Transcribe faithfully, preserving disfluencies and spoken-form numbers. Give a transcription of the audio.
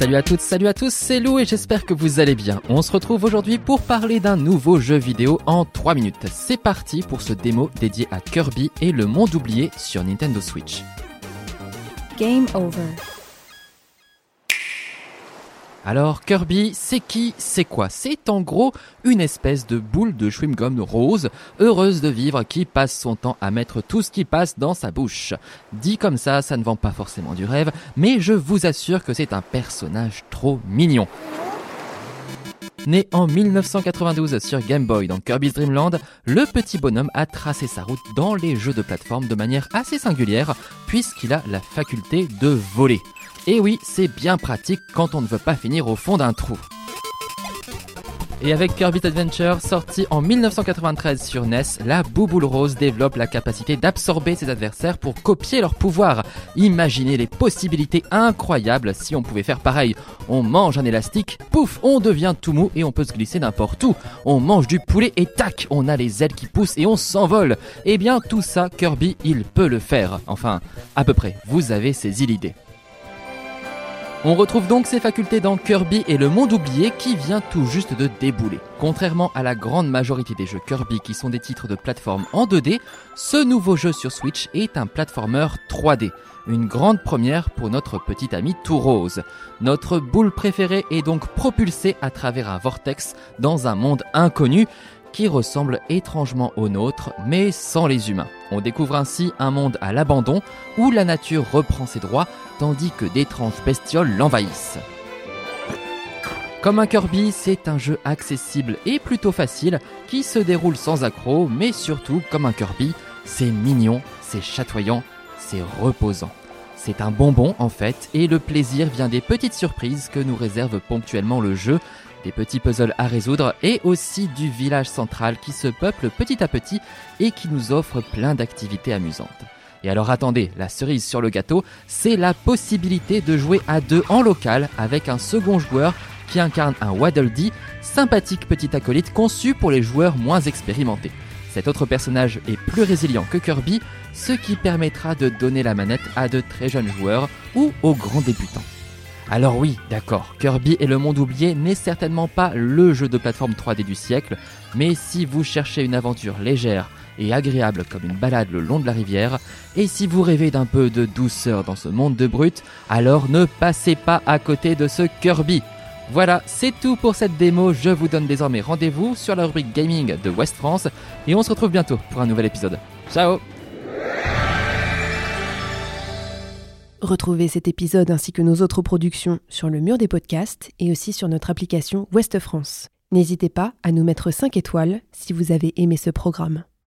Salut à toutes, salut à tous, c'est Lou et j'espère que vous allez bien. On se retrouve aujourd'hui pour parler d'un nouveau jeu vidéo en trois minutes. C'est parti pour ce démo dédié à Kirby et le monde oublié sur Nintendo Switch. Game over. Alors Kirby, c'est qui, c'est quoi ? C'est en gros une espèce de boule de chewing-gum rose, heureuse de vivre, qui passe son temps à mettre tout ce qui passe dans sa bouche. Dit comme ça, ça ne vend pas forcément du rêve, mais je vous assure que c'est un personnage trop mignon. Né en dix-neuf cent quatre-vingt-douze sur Game Boy dans Kirby's Dream Land, le petit bonhomme a tracé sa route dans les jeux de plateforme de manière assez singulière, puisqu'il a la faculté de voler. Et oui, c'est bien pratique quand on ne veut pas finir au fond d'un trou. Et avec Kirby's Adventure, sorti en dix-neuf cent quatre-vingt-treize sur N E S, la bouboule rose développe la capacité d'absorber ses adversaires pour copier leur pouvoir. Imaginez les possibilités incroyables si on pouvait faire pareil. On mange un élastique, pouf, on devient tout mou et on peut se glisser n'importe où. On mange du poulet et tac, on a les ailes qui poussent et on s'envole. Eh bien tout ça, Kirby, il peut le faire. Enfin, à peu près, vous avez saisi l'idée. On retrouve donc ses facultés dans Kirby et le monde oublié qui vient tout juste de débouler. Contrairement à la grande majorité des jeux Kirby qui sont des titres de plateforme en deux D, ce nouveau jeu sur Switch est un platformer trois D. Une grande première pour notre petit ami tout rose. Notre boule préférée est donc propulsée à travers un vortex dans un monde inconnu qui ressemble étrangement au nôtre, mais sans les humains. On découvre ainsi un monde à l'abandon, où la nature reprend ses droits, tandis que d'étranges bestioles l'envahissent. Comme un Kirby, c'est un jeu accessible et plutôt facile, qui se déroule sans accroc, mais surtout, comme un Kirby, c'est mignon, c'est chatoyant, c'est reposant. C'est un bonbon en fait, et le plaisir vient des petites surprises que nous réserve ponctuellement le jeu, des petits puzzles à résoudre et aussi du village central qui se peuple petit à petit et qui nous offre plein d'activités amusantes. Et alors attendez, la cerise sur le gâteau, c'est la possibilité de jouer à deux en local avec un second joueur qui incarne un Waddle Dee, sympathique petit acolyte conçu pour les joueurs moins expérimentés. Cet autre personnage est plus résilient que Kirby, ce qui permettra de donner la manette à de très jeunes joueurs ou aux grands débutants. Alors oui, d'accord, Kirby et le monde oublié n'est certainement pas le jeu de plateforme trois D du siècle, mais si vous cherchez une aventure légère et agréable comme une balade le long de la rivière, et si vous rêvez d'un peu de douceur dans ce monde de brutes, alors ne passez pas à côté de ce Kirby. Voilà, c'est tout pour cette démo, je vous donne désormais rendez-vous sur la rubrique gaming de Ouest France, et on se retrouve bientôt pour un nouvel épisode. Ciao! Retrouvez cet épisode ainsi que nos autres productions sur le mur des podcasts et aussi sur notre application Ouest France. N'hésitez pas à nous mettre cinq étoiles si vous avez aimé ce programme.